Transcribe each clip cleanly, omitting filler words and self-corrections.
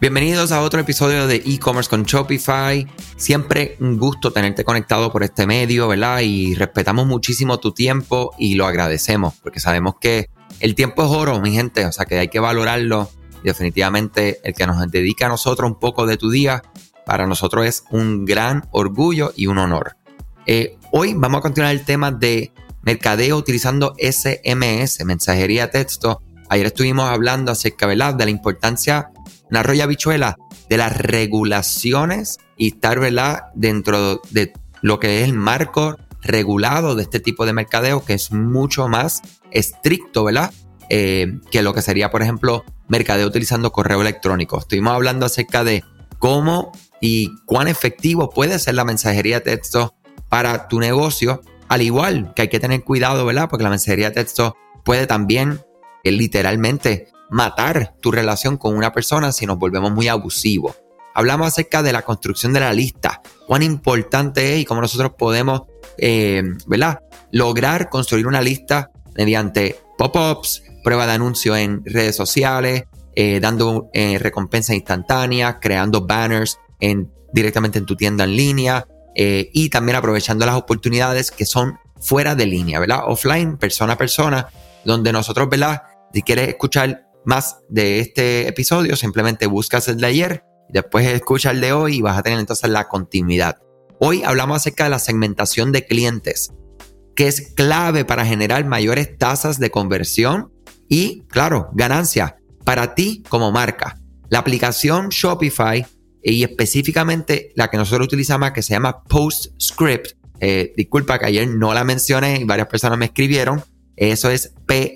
Bienvenidos a otro episodio de e-commerce con Shopify. Siempre un gusto tenerte conectado por este medio, ¿verdad? Y respetamos muchísimo tu tiempo y lo agradecemos porque sabemos que el tiempo es oro, mi gente. O sea que hay que valorarlo. Y definitivamente el que nos dedique a nosotros un poco de tu día, para nosotros es un gran orgullo y un honor. Hoy vamos a continuar el tema de mercadeo utilizando SMS, mensajería de texto. Ayer estuvimos hablando acerca, ¿verdad?, de la importancia, una rolla habichuela, de las regulaciones y estar, ¿verdad?, dentro de lo que es el marco regulado de este tipo de mercadeo, que es mucho más estricto, ¿verdad?, que lo que sería, por ejemplo, mercadeo utilizando correo electrónico. Estuvimos hablando acerca de cómo y cuán efectivo puede ser la mensajería de texto para tu negocio, al igual que hay que tener cuidado, ¿verdad?, porque la mensajería de texto puede también literalmente matar tu relación con una persona si nos volvemos muy abusivos. Hablamos acerca de la construcción de la lista, cuán importante es y cómo nosotros podemos, ¿verdad?, lograr construir una lista mediante pop-ups, prueba de anuncio en redes sociales, dando recompensas instantáneas, creando banners directamente en tu tienda en línea y también aprovechando las oportunidades que son fuera de línea, ¿verdad? Offline, persona a persona, donde nosotros, ¿verdad?, si quieres escuchar más de este episodio, simplemente buscas el de ayer y después escucha el de hoy y vas a tener entonces la continuidad. Hoy hablamos acerca de la segmentación de clientes, que es clave para generar mayores tasas de conversión y, claro, ganancia para ti como marca. La aplicación Shopify y específicamente la que nosotros utilizamos, que se llama PostScript, disculpa que ayer no la mencioné y varias personas me escribieron. Eso es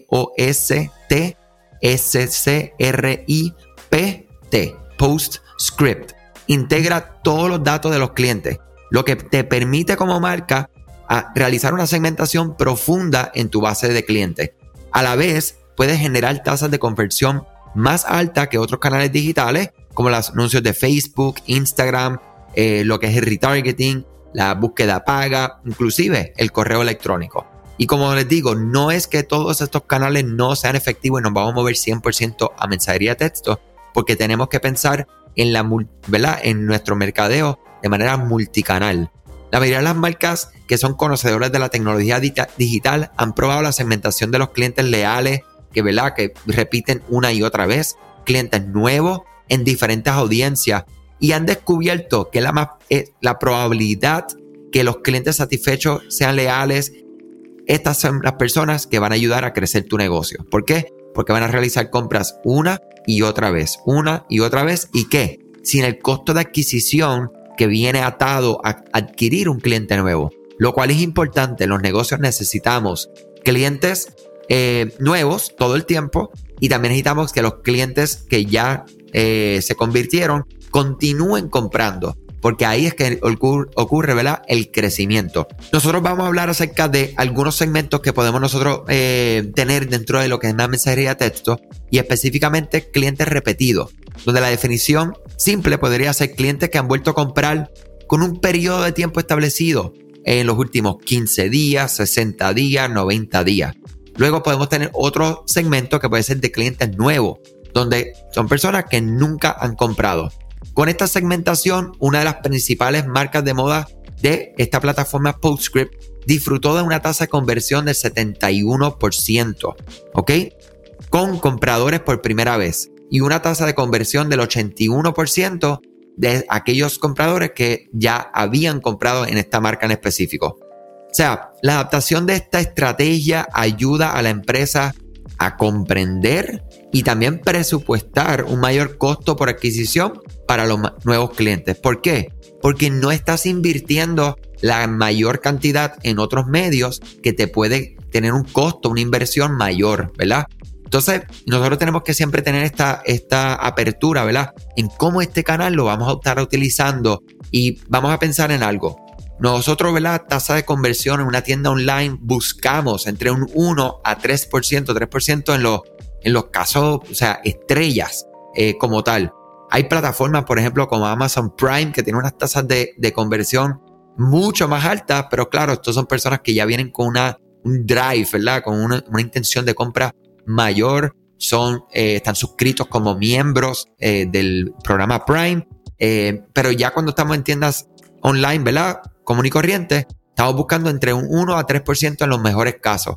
PostScript, PostScript. Integra todos los datos de los clientes, lo que te permite como marca realizar una segmentación profunda en tu base de clientes. A la vez, puedes generar tasas de conversión más altas que otros canales digitales, como los anuncios de Facebook, Instagram, lo que es el retargeting, la búsqueda paga, inclusive el correo electrónico. Y como les digo, no es que todos estos canales no sean efectivos y nos vamos a mover 100% a mensajería de texto, porque tenemos que pensar en ¿verdad?, en nuestro mercadeo de manera multicanal. La mayoría de las marcas que son conocedoras de la tecnología digital han probado la segmentación de los clientes leales, ¿verdad?, que repiten una y otra vez, clientes nuevos en diferentes audiencias, y han descubierto que la probabilidad que los clientes satisfechos sean leales, estas son las personas que van a ayudar a crecer tu negocio. ¿Por qué? Porque van a realizar compras una y otra vez. ¿Y qué? Sin el costo de adquisición que viene atado a adquirir un cliente nuevo. Lo cual es importante. Los negocios necesitamos clientes nuevos todo el tiempo y también necesitamos que los clientes que ya se convirtieron continúen comprando, porque ahí es que ocurre, ¿verdad?, el crecimiento. Nosotros vamos a hablar acerca de algunos segmentos que podemos nosotros tener dentro de lo que es una mensajería de texto y específicamente clientes repetidos, donde la definición simple podría ser clientes que han vuelto a comprar con un periodo de tiempo establecido en los últimos 15 días, 60 días, 90 días. Luego podemos tener otro segmento que puede ser de clientes nuevos, donde son personas que nunca han comprado. Con esta segmentación, una de las principales marcas de moda de esta plataforma PostScript disfrutó de una tasa de conversión del 71%, ¿ok?, con compradores por primera vez, y una tasa de conversión del 81% de aquellos compradores que ya habían comprado en esta marca en específico. O sea, la adaptación de esta estrategia ayuda a la empresa a comprender y también presupuestar un mayor costo por adquisición para los nuevos clientes. ¿Por qué? Porque no estás invirtiendo la mayor cantidad en otros medios que te puede tener un costo, una inversión mayor, ¿verdad? Entonces, nosotros tenemos que siempre tener esta apertura, ¿verdad?, en cómo este canal lo vamos a estar utilizando y vamos a pensar en algo. Nosotros, ¿verdad?, tasa de conversión en una tienda online buscamos entre un 1 a 3% en los casos, o sea, estrellas como tal. Hay plataformas, por ejemplo, como Amazon Prime, que tiene unas tasas de conversión mucho más altas, pero claro, estos son personas que ya vienen con un drive, ¿verdad?, con una intención de compra mayor están suscritos como miembros del programa Prime. Pero ya cuando estamos en tiendas online, ¿verdad? Común y corriente, estamos buscando entre un 1 a 3% en los mejores casos.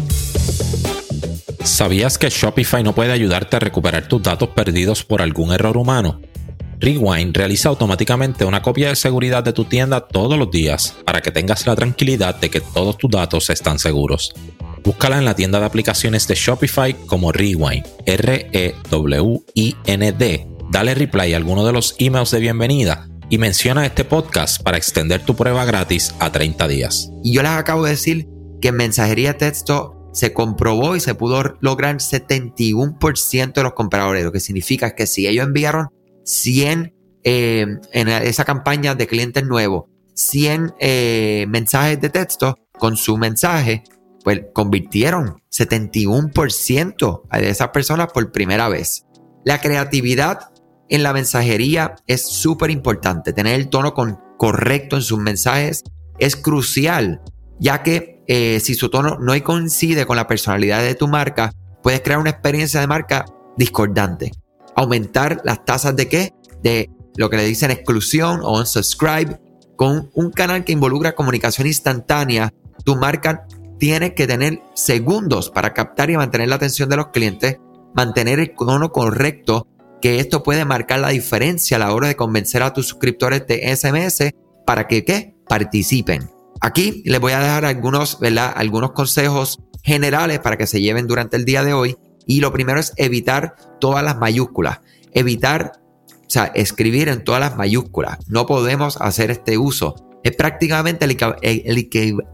¿Sabías que Shopify no puede ayudarte a recuperar tus datos perdidos por algún error humano? Rewind realiza automáticamente una copia de seguridad de tu tienda todos los días para que tengas la tranquilidad de que todos tus datos están seguros. Búscala en la tienda de aplicaciones de Shopify como Rewind, REWIND. Dale reply a alguno de los emails de bienvenida y menciona este podcast para extender tu prueba gratis a 30 días. Y yo les acabo de decir que en mensajería de texto se comprobó y se pudo lograr 71% de los compradores, lo que significa que si ellos enviaron 100 en esa campaña de clientes nuevos, 100 mensajes de texto con su mensaje, pues convirtieron 71% de esas personas por primera vez. La creatividad en la mensajería es súper importante. Tener el tono correcto en sus mensajes es crucial, ya que si su tono no coincide con la personalidad de tu marca, puedes crear una experiencia de marca discordante. Aumentar las tasas de ¿qué? De lo que le dicen exclusión o unsubscribe. Con un canal que involucra comunicación instantánea, tu marca tiene que tener segundos para captar y mantener la atención de los clientes, mantener el tono correcto, que esto puede marcar la diferencia a la hora de convencer a tus suscriptores de SMS para que ¿qué? Participen. Aquí les voy a dejar algunos consejos generales para que se lleven durante el día de hoy. Y lo primero es evitar todas las mayúsculas. Escribir en todas las mayúsculas. No podemos hacer este uso. Es prácticamente el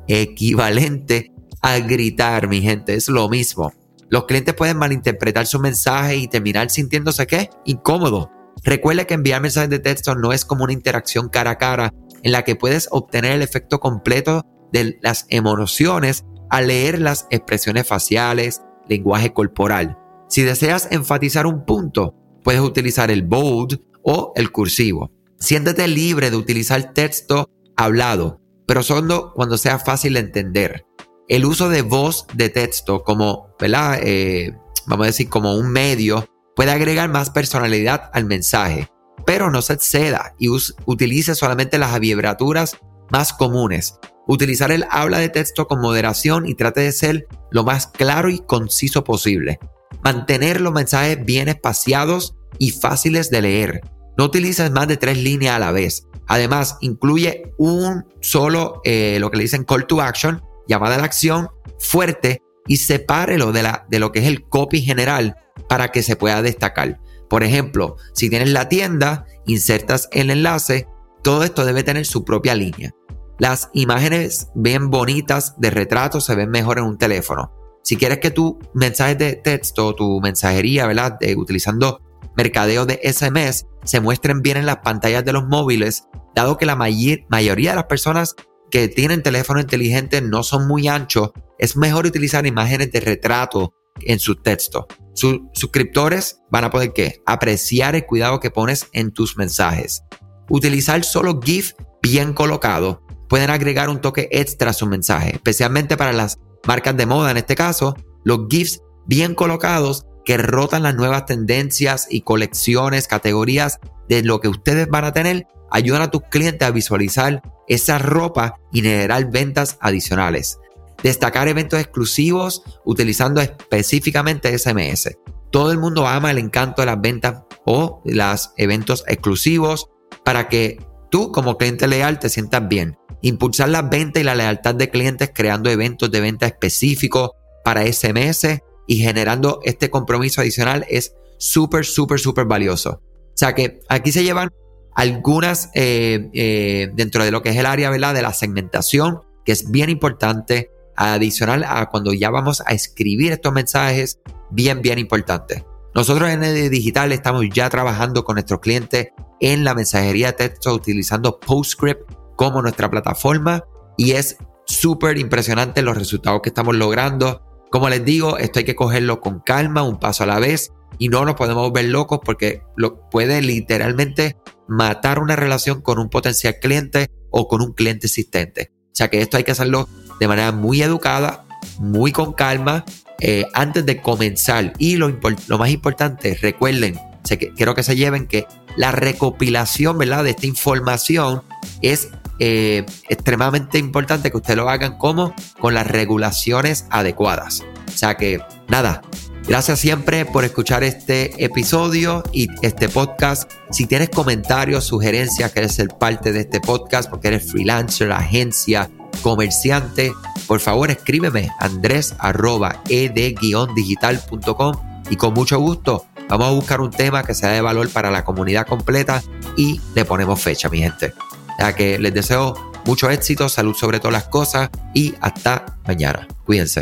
equivalente a gritar, mi gente. Es lo mismo. Los clientes pueden malinterpretar su mensaje y terminar sintiéndose ¿qué? Incómodo. Recuerda que enviar mensajes de texto no es como una interacción cara a cara en la que puedes obtener el efecto completo de las emociones al leer las expresiones faciales, lenguaje corporal. Si deseas enfatizar un punto, puedes utilizar el bold o el cursivo. Siéntete libre de utilizar texto hablado, pero solo cuando sea fácil de entender. El uso de voz de texto como, ¿verdad? Vamos a decir como un medio, puede agregar más personalidad al mensaje, pero no se exceda y utilice solamente las abreviaturas más comunes. Utilizar el habla de texto con moderación y trate de ser lo más claro y conciso posible. Mantener los mensajes bien espaciados y fáciles de leer. No utilices más de 3 líneas a la vez. Además, incluye un solo, lo que le dicen call to action, llamada a la acción fuerte, y sepárelo de lo que es el copy general para que se pueda destacar. Por ejemplo, si tienes la tienda, insertas el enlace, todo esto debe tener su propia línea. Las imágenes bien bonitas de retrato se ven mejor en un teléfono. Si quieres que tu mensaje de texto, tu mensajería, ¿verdad? Utilizando mercadeo de SMS, se muestren bien en las pantallas de los móviles, dado que la mayoría de las personas que tienen teléfono inteligente no son muy anchos, es mejor utilizar imágenes de retrato en sus textos. Sus suscriptores van a poder ¿qué? Apreciar el cuidado que pones en tus mensajes. Utilizar solo GIF bien colocado pueden agregar un toque extra a su mensaje, especialmente para las marcas de moda. En este caso, los GIFs bien colocados que rotan las nuevas tendencias y colecciones, categorías de lo que ustedes van a tener, ayudan a tus clientes a visualizar esa ropa y generar ventas adicionales. Destacar eventos exclusivos utilizando específicamente SMS. Todo el mundo ama el encanto de las ventas o los eventos exclusivos para que tú como cliente leal te sientas bien. Impulsar las ventas y la lealtad de clientes creando eventos de venta específicos para SMS y generando este compromiso adicional es súper valioso. O sea que aquí se llevan algunas dentro de lo que es el área, ¿verdad?, de la segmentación, que es bien importante, adicional a cuando ya vamos a escribir estos mensajes, bien importante. Nosotros en ND Digital estamos ya trabajando con nuestros clientes en la mensajería de texto utilizando PostScript como nuestra plataforma y es súper impresionante los resultados que estamos logrando. Como les digo, esto hay que cogerlo con calma, un paso a la vez y no nos podemos volver locos porque puede literalmente matar una relación con un potencial cliente o con un cliente existente. O sea que esto hay que hacerlo de manera muy educada, muy con calma antes de comenzar. Y lo más importante, recuerden, quiero que se lleven que la recopilación, ¿verdad?, de esta información es extremadamente importante que ustedes lo hagan como con las regulaciones adecuadas. O sea que nada, gracias siempre por escuchar este episodio y este podcast. Si tienes comentarios, sugerencias, quieres ser parte de este podcast porque eres freelancer, agencia, comerciante, por favor escríbeme andres@ed-digital.com y con mucho gusto vamos a buscar un tema que sea de valor para la comunidad completa y le ponemos fecha, mi gente. O sea que les deseo mucho éxito, salud sobre todas las cosas y hasta mañana. Cuídense.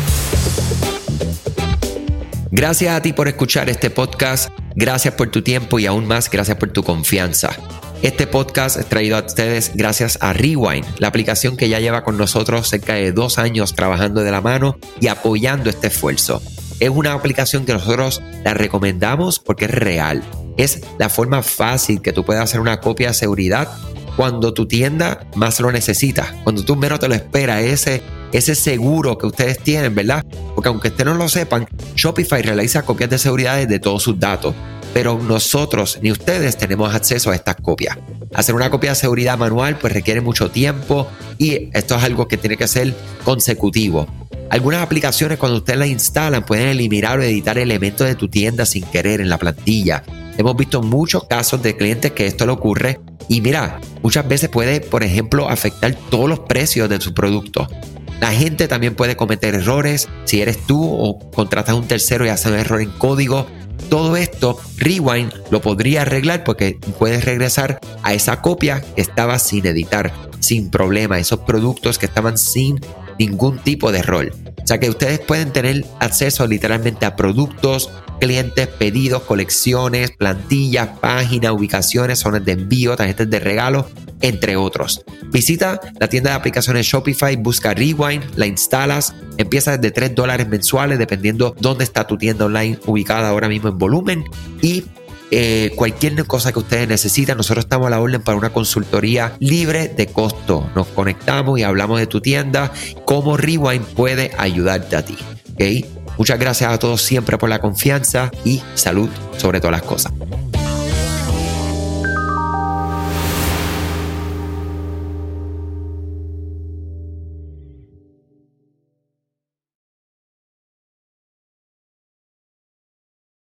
Gracias a ti por escuchar este podcast, gracias por tu tiempo y aún más gracias por tu confianza. Este podcast es traído a ustedes gracias a Rewind, la aplicación que ya lleva con nosotros cerca de 2 años trabajando de la mano y apoyando este esfuerzo. Es una aplicación que nosotros la recomendamos porque es real. Es la forma fácil que tú puedes hacer una copia de seguridad cuando tu tienda más lo necesita, cuando tú menos te lo esperas, ese seguro que ustedes tienen, ¿verdad? Porque aunque ustedes no lo sepan, Shopify realiza copias de seguridad de todos sus datos, pero nosotros ni ustedes tenemos acceso a estas copias. Hacer una copia de seguridad manual pues requiere mucho tiempo y esto es algo que tiene que ser consecutivo. Algunas aplicaciones cuando ustedes las instalan pueden eliminar o editar elementos de tu tienda sin querer en la plantilla. Hemos visto muchos casos de clientes que esto le ocurre y mira, muchas veces puede, por ejemplo, afectar todos los precios de su producto. La gente también puede cometer errores si eres tú o contratas a un tercero y hace un error en código. Todo esto, Rewind lo podría arreglar porque puedes regresar a esa copia que estaba sin editar, sin problema, esos productos que estaban sin ningún tipo de error. O sea que ustedes pueden tener acceso literalmente a productos, clientes, pedidos, colecciones, plantillas, páginas, ubicaciones, zonas de envío, tarjetas de regalo, entre otros. Visita la tienda de aplicaciones Shopify, busca Rewind, la instalas, empieza desde $3 mensuales dependiendo dónde está tu tienda online ubicada ahora mismo en volumen y cualquier cosa que ustedes necesiten, nosotros estamos a la orden para una consultoría libre de costo. Nos conectamos y hablamos de tu tienda, cómo Rewind puede ayudarte a ti. ¿Okay? Muchas gracias a todos siempre por la confianza y salud sobre todas las cosas.